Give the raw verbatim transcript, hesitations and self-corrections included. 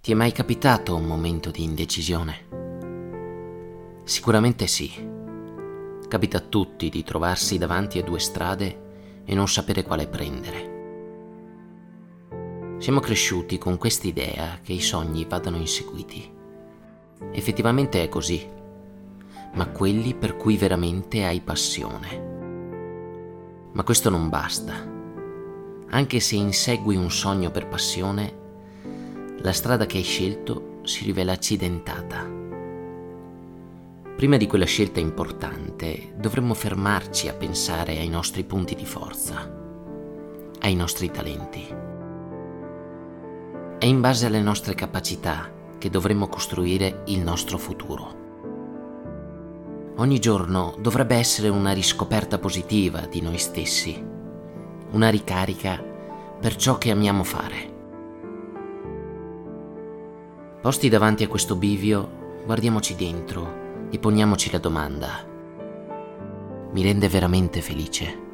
Ti è mai capitato un momento di indecisione? Sicuramente sì. Capita a tutti di trovarsi davanti a due strade e non sapere quale prendere. Siamo cresciuti con quest'idea che i sogni vadano inseguiti. Effettivamente è così, ma quelli per cui veramente hai passione. Ma questo non basta. Anche se insegui un sogno per passione, la strada che hai scelto si rivela accidentata. Prima di quella scelta importante, dovremmo fermarci a pensare ai nostri punti di forza, ai nostri talenti. È in base alle nostre capacità che dovremmo costruire il nostro futuro. Ogni giorno dovrebbe essere una riscoperta positiva di noi stessi, una ricarica per ciò che amiamo fare. Posti davanti a questo bivio, guardiamoci dentro e poniamoci la domanda: mi rende veramente felice?